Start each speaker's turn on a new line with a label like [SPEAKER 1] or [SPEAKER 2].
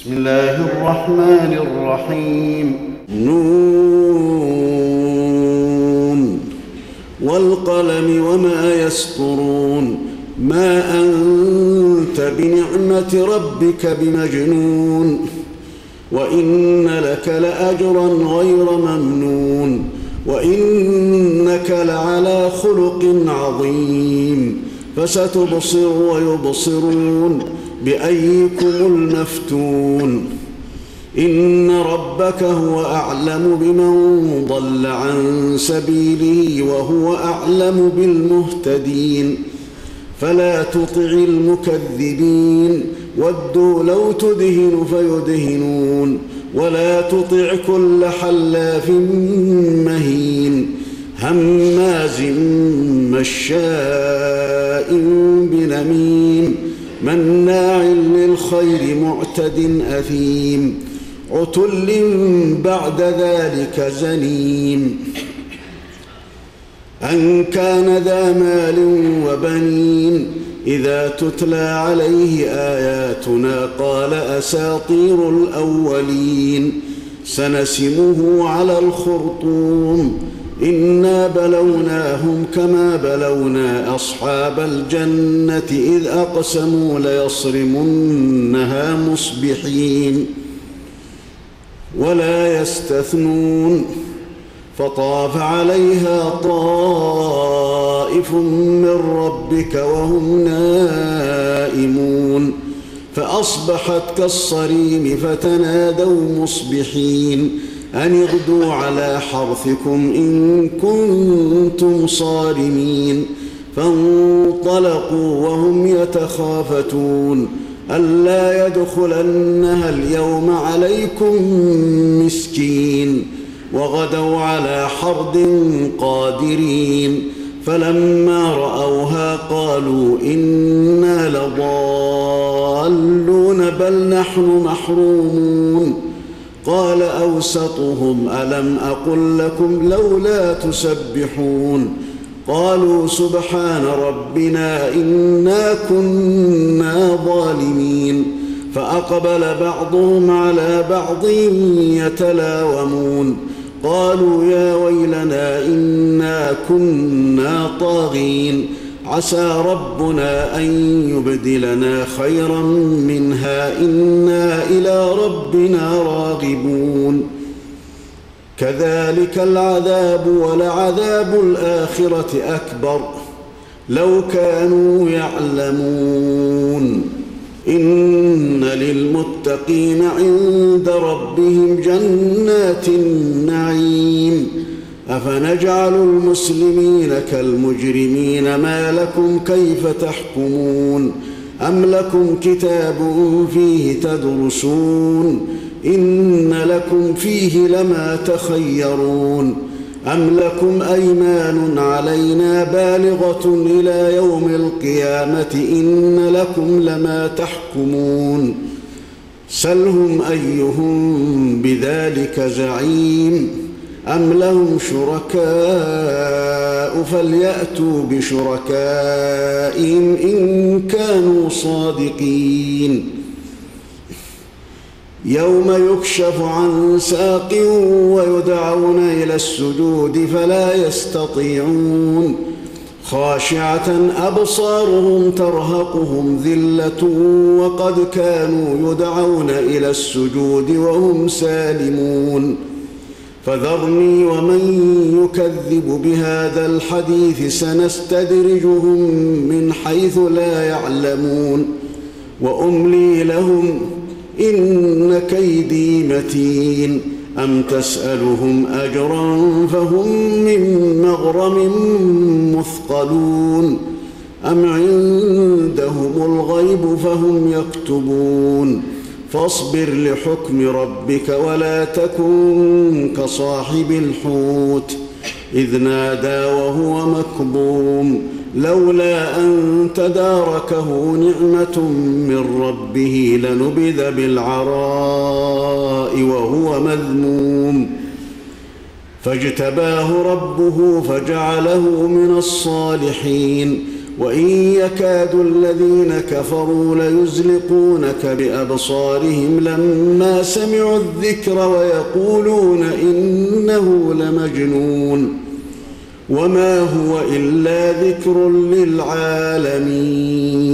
[SPEAKER 1] بسم الله الرحمن الرحيم.
[SPEAKER 2] نون والقلم وما يسطرون ما أنت بنعمة ربك بمجنون وإن لك لأجرا غير ممنون وإنك لعلى خلق عظيم فستبصر ويبصرون بأيكم المفتون إن ربك هو أعلم بمن ضل عن سبيله وهو أعلم بالمهتدين فلا تطع المكذبين ودوا لو تدهن فيدهنون ولا تطع كل حلاف مهين هماز مشاء بنميم مناع للخير معتد أثيم عتل بعد ذلك زنيم أن كان ذا مال وبنين إذا تتلى عليه آياتنا قال أساطير الأولين سنسمه على الخرطوم إنا بلوناهم كما بلونا أصحاب الجنة إذ أقسموا ليصرمنها مصبحين ولا يستثنون فطاف عليها طائف من ربك وهم نائمون فأصبحت كالصريم فتنادوا مصبحين أن اغدوا على حرثكم إن كنتم صارمين فانطلقوا وهم يتخافتون ألا يدخلنها اليوم عليكم مسكين وغدوا على حرد قادرين فلما رأوها قالوا إنا لضالون بل نحن محرومون قال أوسطهم ألم أقل لكم لولا تسبحون قالوا سبحان ربنا إنا كنا ظالمين فأقبل بعضهم على بعض يتلاومون قالوا يا ويلنا إنا كنا طاغين عسى ربنا أن يبدلنا خيرا منها إنا إلى ربنا راغبون كذلك العذاب ولعذاب الآخرة أكبر لو كانوا يعلمون إن للمتقين عند ربهم جنات النعيم أفنجعل المسلمين كالمجرمين ما لكم كيف تحكمون أم لكم كتاب فيه تدرسون إن لكم فيه لما تخيرون أم لكم أيمان علينا بالغة إلى يوم القيامة إن لكم لما تحكمون سلهم أيهم بذلك زعيم أم لهم شركاء فليأتوا بشركائهم إن كانوا صادقين يوم يكشف عن ساق ويدعون إلى السجود فلا يستطيعون خاشعة أبصارهم ترهقهم ذلة وقد كانوا يدعون إلى السجود وهم سالمون فذرني ومن يكذب بهذا الحديث سنستدرجهم من حيث لا يعلمون وأملي لهم إن كيدي متين أم تسألهم أجرا فهم من مغرم مثقلون أم عندهم الغيب فهم يكتبون فاصبر لحكم ربك ولا تكن كصاحب الحوت إذ نادى وهو مكظوم لولا أن تداركه نعمة من ربه لنبذ بالعراء وهو مذموم فاجتباه ربه فجعله من الصالحين وإن يكاد الذين كفروا ليزلقونك بأبصارهم لما سمعوا الذكر ويقولون إنه لمجنون وما هو إلا ذكر للعالمين.